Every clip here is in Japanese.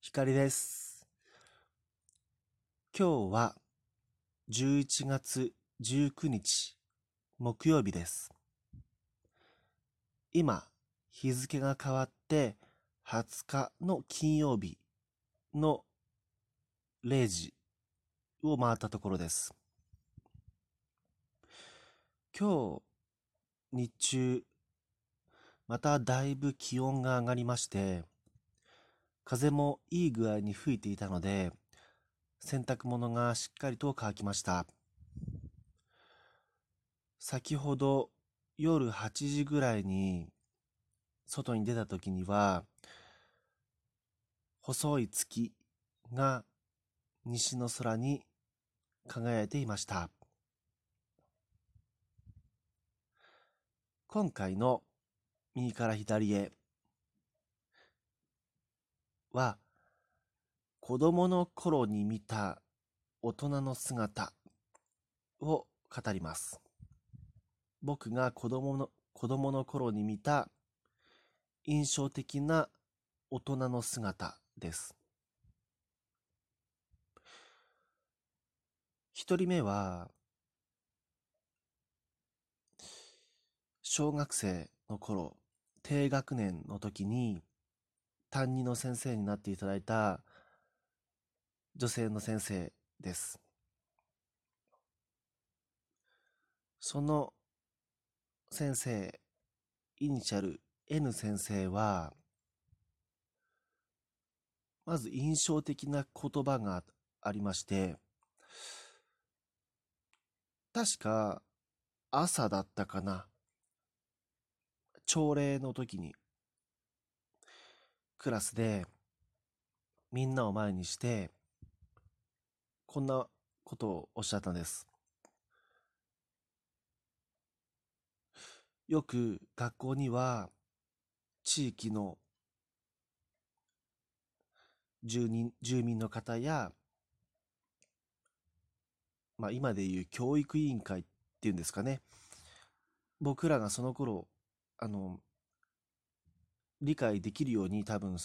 光です。今日は11月19日木曜日です。今、日付が変わって20日の金曜日の0時を回ったところです。今日日中、まただいぶ気温が上がりまして、風もいい具合に吹いていたので、洗濯物がしっかりと乾きました。先ほど夜8時ぐらいに外に出た時には、細い月が西の空に輝いていました。今回の右から左へは、子供の頃に見た大人の姿を語ります。僕が子供の頃に見た印象的な大人の姿です。一人目は、小学生の頃、低学年の時に担任の先生になっていただいた女性の先生です。その先生、イニシャル N 先生は、まず印象的な言葉がありまして、確か朝だったかな。朝礼の時にクラスでみんなを前にして、こんなことをおっしゃったんです。よく学校には地域の住民の方や、今でいう教育委員会っていうんですかね。僕らがその頃、あの、理解できるように多分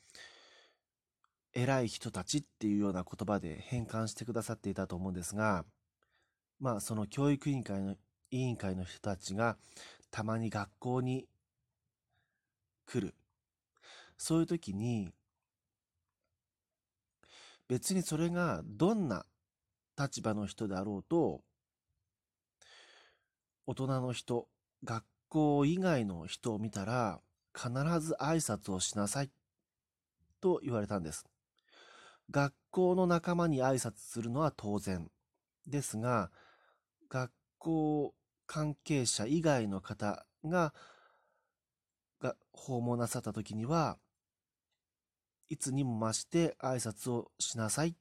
偉い人たちっていうような言葉で変換してくださっていたと思うんですが、その教育委員会の人たちがたまに学校に来る。そういう時に、別にそれがどんな立場の人であろうと、大人の人、学校以外の人を見たら、必ず挨拶をしなさいと言われたんです。学校の仲間に挨拶するのは当然ですが、学校関係者以外の方が訪問なさった時には、いつにも増して挨拶をしなさい。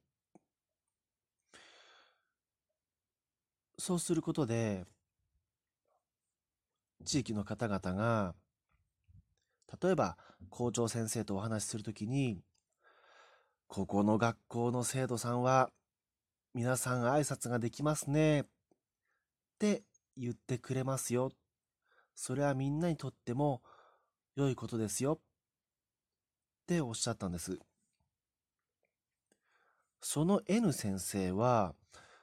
そうすることで、地域の方々が、例えば校長先生とお話しするときに、ここの学校の生徒さんは、皆さん挨拶ができますねって言ってくれますよ。それはみんなにとっても良いことですよっておっしゃったんです。その N 先生は、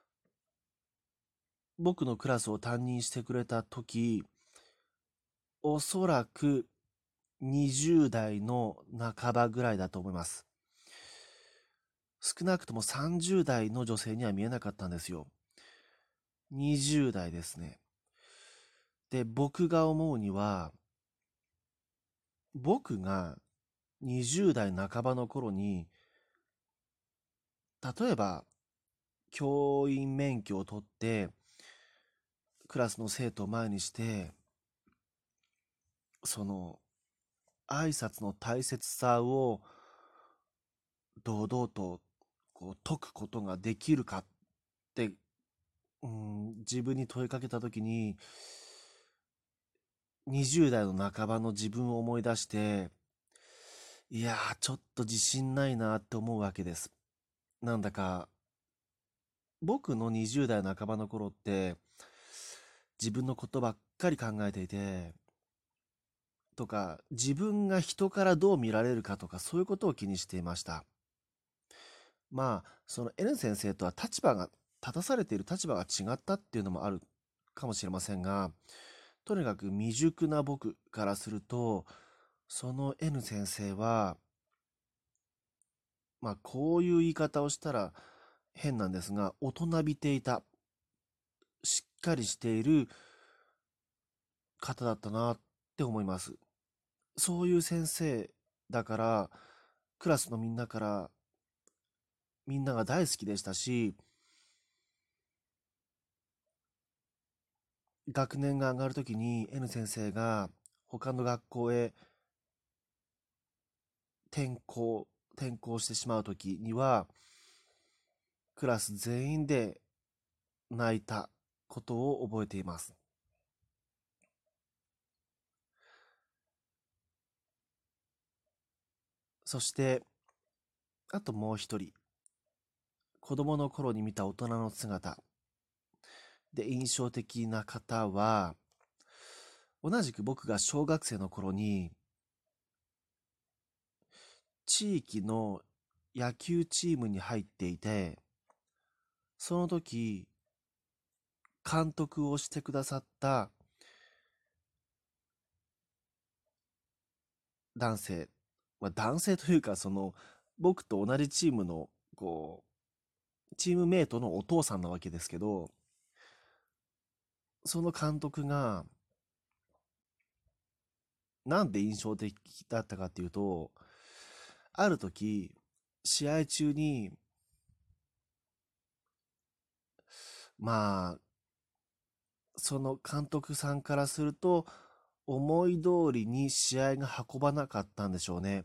僕のクラスを担任してくれた時、おそらく20代の半ばぐらいだと思います。少なくとも30代の女性には見えなかったんですよ。20代ですね。で、僕が思うには、僕が20代半ばの頃に、例えば、教員免許を取って、クラスの生徒を前にして、その、挨拶の大切さを堂々と説くことができるかって、自分に問いかけたときに、20代の半ばの自分を思い出して、いやー、ちょっと自信ないなって思うわけです。なんだか、僕の20代半ばの頃って、自分のことばっかり考えていて、とか、自分が人からどう見られるかとか、そういうことを気にしていました。 その N 先生とは立たされている立場が違ったっていうのもあるかもしれませんが、とにかく未熟な僕からすると、その N 先生は、こういう言い方をしたら変なんですが、大人びていた、しっかりしている方だったなって思います。そういう先生だから、クラスのみんなからみんなが大好きでしたし、学年が上がるときに N 先生が他の学校へ転校、転校してしまうときには、クラス全員で泣いたことを覚えています。そして、あともう一人、子供の頃に見た大人の姿で印象的な方は、同じく僕が小学生の頃に、地域の野球チームに入っていて、その時、監督をしてくださった男性、男性というか、僕と同じチームの、チームメイトのお父さんなわけですけど、その監督が、なんで印象的だったかっていうと、ある時、試合中に、まあ、その監督さんからすると、思い通りに試合が運ばなかったんでしょうね。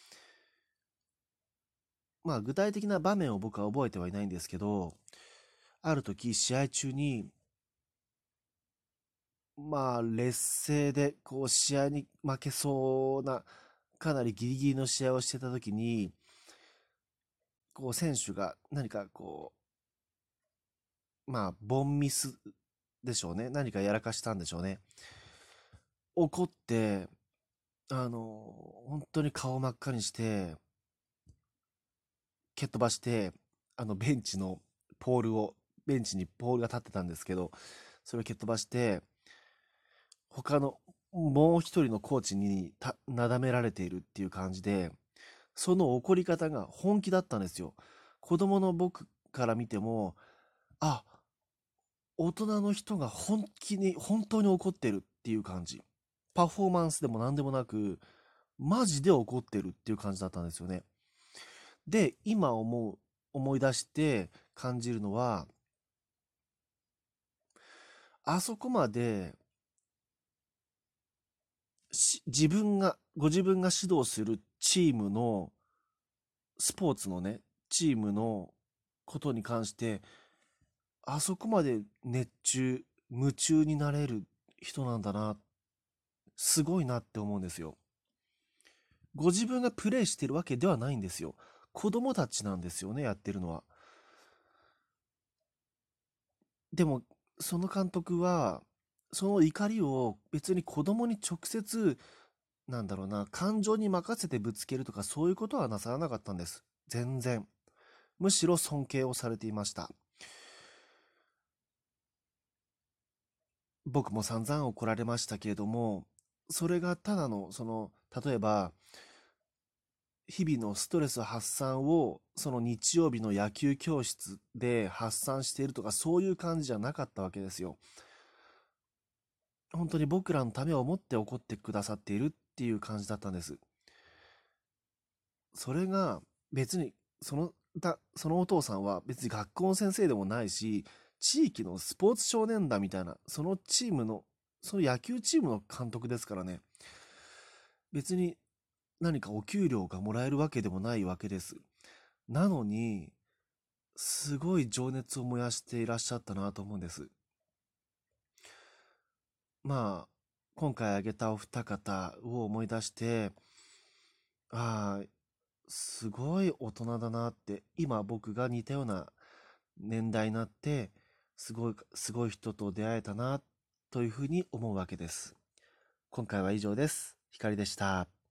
具体的な場面を僕は覚えてはいないんですけど、ある時試合中に、劣勢で、試合に負けそうな、かなりギリギリの試合をしてた時に、選手が何かボンミスでしょうね。何かやらかしたんでしょうね。怒って、本当に顔真っ赤にして、蹴っ飛ばして、ベンチのポールを、ベンチにポールが立ってたんですけど、それを蹴っ飛ばして、他のもう一人のコーチになだめられているっていう感じで、その怒り方が本気だったんですよ。子供の僕から見ても、あ、大人の人が本当に怒ってるっていう感じ。パフォーマンスでも何でもなく、マジで怒ってるっていう感じだったんですよね。で、思い出して感じるのは、あそこまでご自分が指導するチームの、スポーツのね、チームのことに関して、あそこまで夢中になれる人なんだな、すごいなって思うんですよ。ご自分がプレイしてるわけではないんですよ。子供たちなんですよね、やってるのは。でも、その監督は、その怒りを別に子供に直接、なんだろうな、感情に任せてぶつけるとかそういうことはなさらなかったんです。全然。むしろ尊敬をされていました。僕も散々怒られましたけれども、それがただの、例えば、日々のストレス発散を、その日曜日の野球教室で発散しているとか、そういう感じじゃなかったわけですよ。本当に僕らのためを思って怒ってくださっているっていう感じだったんです。それが別に、そのお父さんは別に学校の先生でもないし、地域のスポーツ少年団みたいな、その野球チームの監督ですからね。別に何かお給料がもらえるわけでもないわけです。なのに、すごい情熱を燃やしていらっしゃったなと思うんです。まあ、今回挙げたお二方を思い出して、ああ、すごい大人だなって、今僕が似たような年代になって、すごい人と出会えたな、というふうに思うわけです。今回は以上です。ひかりでした。